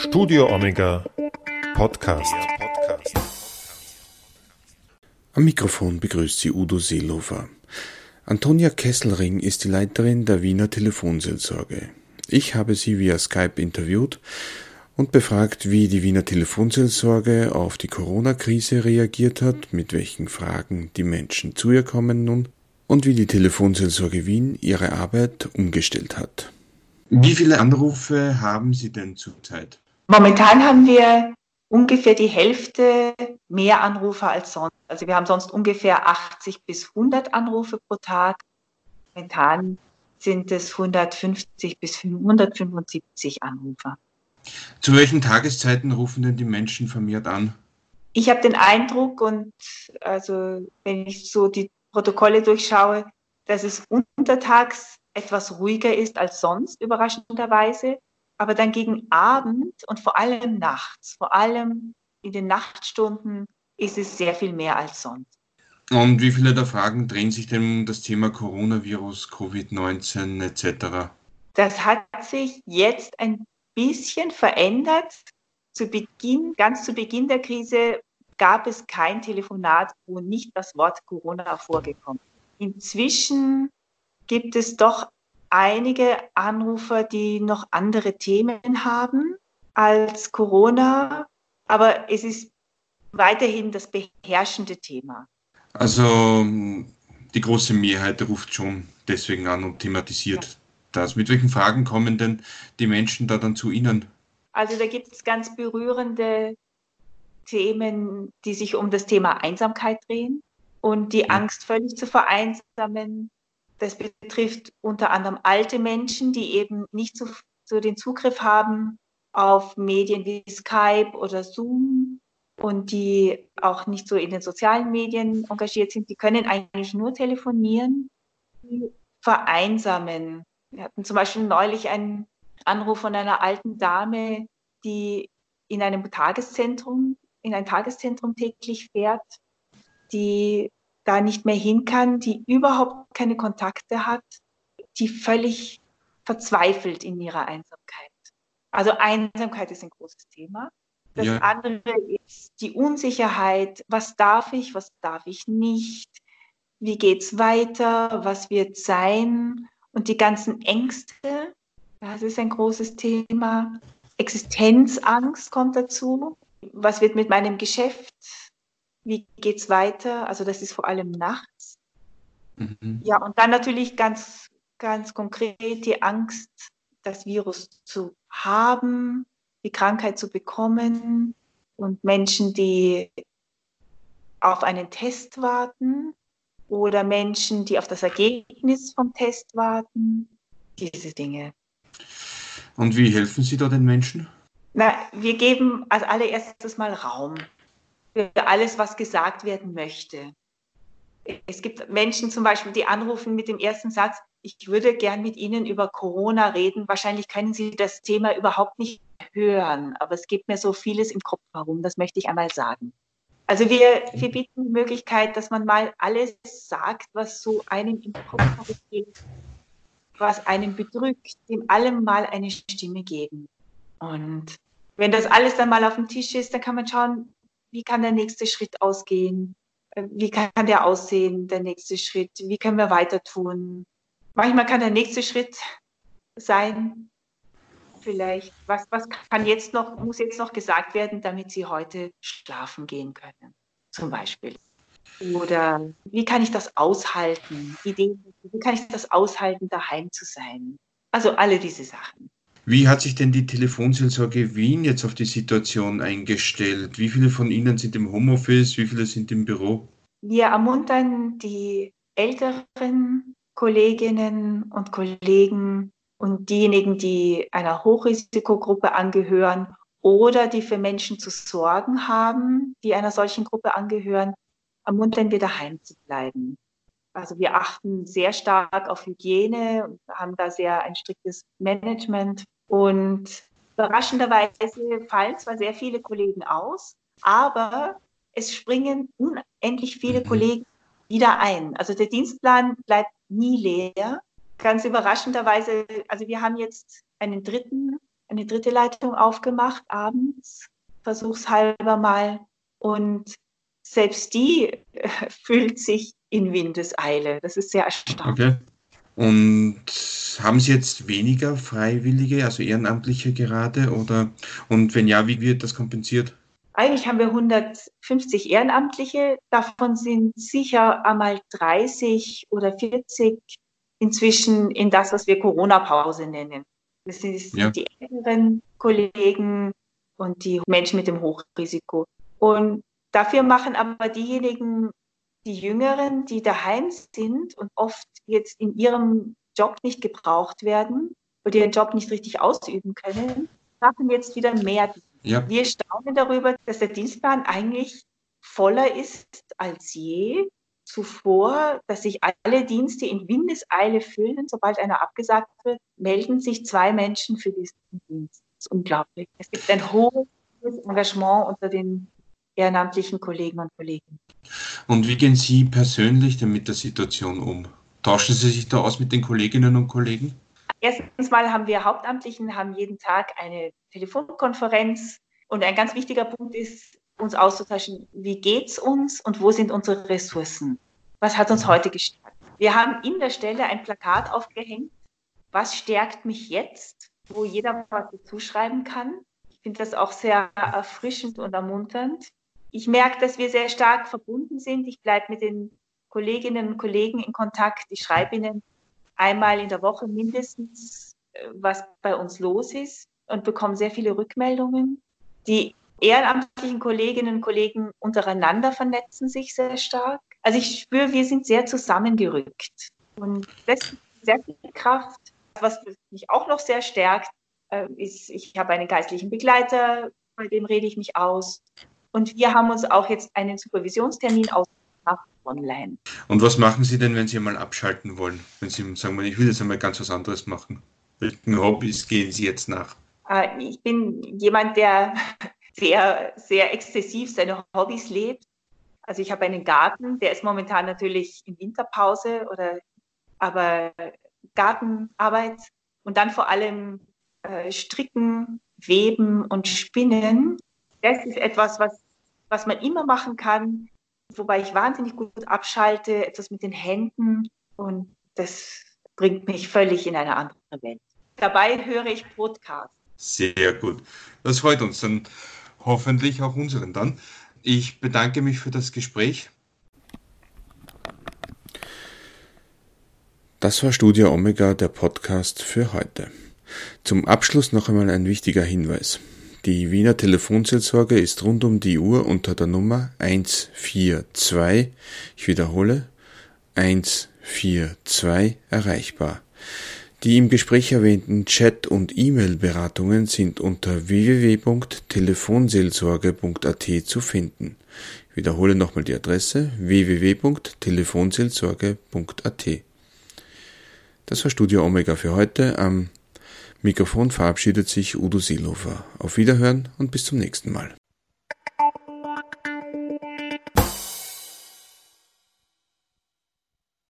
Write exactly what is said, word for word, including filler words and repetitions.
Studio Omega Podcast. Am Mikrofon begrüßt sie Udo Seelofer. Antonia Kesselring ist die Leiterin der Wiener Telefonseelsorge. Ich habe sie via Skype interviewt und befragt, wie die Wiener Telefonseelsorge auf die Corona-Krise reagiert hat, mit welchen Fragen die Menschen zu ihr kommen nun und wie die Telefonseelsorge Wien ihre Arbeit umgestellt hat. Wie viele Anrufe haben Sie denn zurzeit? Momentan haben wir ungefähr die Hälfte mehr Anrufe als sonst. Also wir haben sonst ungefähr achtzig bis hundert Anrufe pro Tag. Momentan sind es hundertfünfzig bis hundertfünfundsiebzig Anrufe. Zu welchen Tageszeiten rufen denn die Menschen vermehrt an? Ich habe den Eindruck, und also wenn ich so die Protokolle durchschaue, dass es untertags etwas ruhiger ist als sonst, überraschenderweise. Aber dann gegen Abend und vor allem nachts, vor allem in den Nachtstunden, ist es sehr viel mehr als sonst. Und wie viele der Fragen drehen sich denn um das Thema Coronavirus, Covid neunzehn et cetera? Das hat sich jetzt ein bisschen verändert. Zu Beginn, ganz zu Beginn der Krise gab es kein Telefonat, wo nicht das Wort Corona vorgekommen ist. Inzwischen gibt es doch einige Anrufer, die noch andere Themen haben als Corona, aber es ist weiterhin das beherrschende Thema. Also die große Mehrheit ruft schon deswegen an und thematisiert ja. das. Mit welchen Fragen kommen denn die Menschen da dann zu Ihnen? Also da gibt es ganz berührende Themen, die sich um das Thema Einsamkeit drehen und die Angst, völlig zu vereinsamen. Das betrifft unter anderem alte Menschen, die eben nicht so, so den Zugriff haben auf Medien wie Skype oder Zoom und die auch nicht so in den sozialen Medien engagiert sind. Die können eigentlich nur telefonieren, die vereinsamen. Wir hatten zum Beispiel neulich einen Anruf von einer alten Dame, die in einem Tageszentrum, in ein Tageszentrum täglich fährt, die da nicht mehr hin kann, die überhaupt keine Kontakte hat, die völlig verzweifelt in ihrer Einsamkeit. Also Einsamkeit ist ein großes Thema. Das ja. andere ist die Unsicherheit. Was darf ich, was darf ich nicht? Wie geht's weiter? Was wird sein? Und die ganzen Ängste, das ist ein großes Thema. Existenzangst kommt dazu. Was wird mit meinem Geschäft? Wie geht's weiter? Also das ist vor allem nachts. Mhm. Ja, und dann natürlich ganz, ganz konkret die Angst, das Virus zu haben, die Krankheit zu bekommen und Menschen, die auf einen Test warten oder Menschen, die auf das Ergebnis vom Test warten. Diese Dinge. Und wie helfen Sie da den Menschen? Na, wir geben als allererstes mal Raum für alles, was gesagt werden möchte. Es gibt Menschen zum Beispiel, die anrufen mit dem ersten Satz, ich würde gern mit Ihnen über Corona reden. Wahrscheinlich können Sie das Thema überhaupt nicht hören, aber es gibt mir so vieles im Kopf herum, das möchte ich einmal sagen. Also wir, wir bieten die Möglichkeit, dass man mal alles sagt, was so einem im Kopf herumgeht, was einen bedrückt, dem allem mal eine Stimme geben. Und wenn das alles dann mal auf dem Tisch ist, dann kann man schauen, wie kann der nächste Schritt ausgehen? Wie kann der aussehen, der nächste Schritt? Wie können wir weiter tun? Manchmal kann der nächste Schritt sein, vielleicht, was, was kann jetzt noch, muss jetzt noch gesagt werden, damit Sie heute schlafen gehen können, zum Beispiel. Oder wie kann ich das aushalten? Ideen, wie kann ich das aushalten, daheim zu sein? Also alle diese Sachen. Wie hat sich denn die Telefonseelsorge Wien jetzt auf die Situation eingestellt? Wie viele von Ihnen sind im Homeoffice? Wie viele sind im Büro? Wir ermuntern die älteren Kolleginnen und Kollegen und diejenigen, die einer Hochrisikogruppe angehören oder die für Menschen zu sorgen haben, die einer solchen Gruppe angehören, ermuntern wir, daheim zu bleiben. Also wir achten sehr stark auf Hygiene und haben da sehr ein striktes Management. Und überraschenderweise fallen zwar sehr viele Kollegen aus, aber es springen unendlich viele mhm. Kollegen wieder ein. Also der Dienstplan bleibt nie leer. Ganz überraschenderweise, also wir haben jetzt einen dritten eine dritte Leitung aufgemacht abends, versuchshalber mal. Und selbst die äh, fühlt sich in Windeseile. Das ist sehr erstaunlich. Okay. Und haben Sie jetzt weniger Freiwillige, also Ehrenamtliche gerade? Oder, und wenn ja, wie wird das kompensiert? Eigentlich haben wir hundertfünfzig Ehrenamtliche. Davon sind sicher einmal dreißig oder vierzig inzwischen in das, was wir Corona-Pause nennen. Das sind Ja. die älteren Kollegen und die Menschen mit dem Hochrisiko. Und dafür machen aber diejenigen, die Jüngeren, die daheim sind und oft jetzt in ihrem Job nicht gebraucht werden oder ihren Job nicht richtig ausüben können, machen jetzt wieder mehr. Ja. Wir staunen darüber, dass der Dienstplan eigentlich voller ist als je zuvor, dass sich alle Dienste in Windeseile füllen. Sobald einer abgesagt wird, melden sich zwei Menschen für diesen Dienst. Das ist unglaublich. Es gibt ein hohes Engagement unter den ehrenamtlichen Kollegen und Kollegen. Und wie gehen Sie persönlich denn mit der Situation um? Tauschen Sie sich da aus mit den Kolleginnen und Kollegen? Erstens mal haben wir Hauptamtlichen haben jeden Tag eine Telefonkonferenz und ein ganz wichtiger Punkt ist, uns auszutauschen, wie geht's uns und wo sind unsere Ressourcen? Was hat uns heute gestärkt? Wir haben in der Stelle ein Plakat aufgehängt, was stärkt mich jetzt, wo jeder was dazu schreiben kann. Ich finde das auch sehr erfrischend und ermunternd. Ich merke, dass wir sehr stark verbunden sind. Ich bleibe mit den Kolleginnen und Kollegen in Kontakt. Ich schreibe ihnen einmal in der Woche mindestens, was bei uns los ist und bekomme sehr viele Rückmeldungen. Die ehrenamtlichen Kolleginnen und Kollegen untereinander vernetzen sich sehr stark. Also ich spüre, wir sind sehr zusammengerückt und das gibt sehr viel Kraft. Was mich auch noch sehr stärkt, ist, ich habe einen geistlichen Begleiter, bei dem rede ich mich aus. Und wir haben uns auch jetzt einen Supervisionstermin ausgemacht online. Und was machen Sie denn, wenn Sie mal abschalten wollen? Wenn Sie sagen, ich will jetzt einmal ganz was anderes machen. Welchen Hobbys gehen Sie jetzt nach? Ich bin jemand, der sehr, sehr exzessiv seine Hobbys lebt. Also ich habe einen Garten, der ist momentan natürlich in Winterpause, oder, aber Gartenarbeit und dann vor allem äh, Stricken, Weben und Spinnen. Das ist etwas, was, was man immer machen kann, wobei ich wahnsinnig gut abschalte, etwas mit den Händen, und das bringt mich völlig in eine andere Welt. Dabei höre ich Podcasts. Sehr gut. Das freut uns dann hoffentlich auch unseren dann. Ich bedanke mich für das Gespräch. Das war Studio Omega, der Podcast für heute. Zum Abschluss noch einmal ein wichtiger Hinweis. Die Wiener Telefonseelsorge ist rund um die Uhr unter der Nummer eins vier zwei, ich wiederhole, eins vier zwei erreichbar. Die im Gespräch erwähnten Chat- und E-Mail-Beratungen sind unter w w w punkt telefonseelsorge punkt a t zu finden. Ich wiederhole nochmal die Adresse w w w punkt telefonseelsorge punkt a t. Das war Studio Omega für heute. Am Mikrofon verabschiedet sich Udo Seelofer. Auf Wiederhören und bis zum nächsten Mal.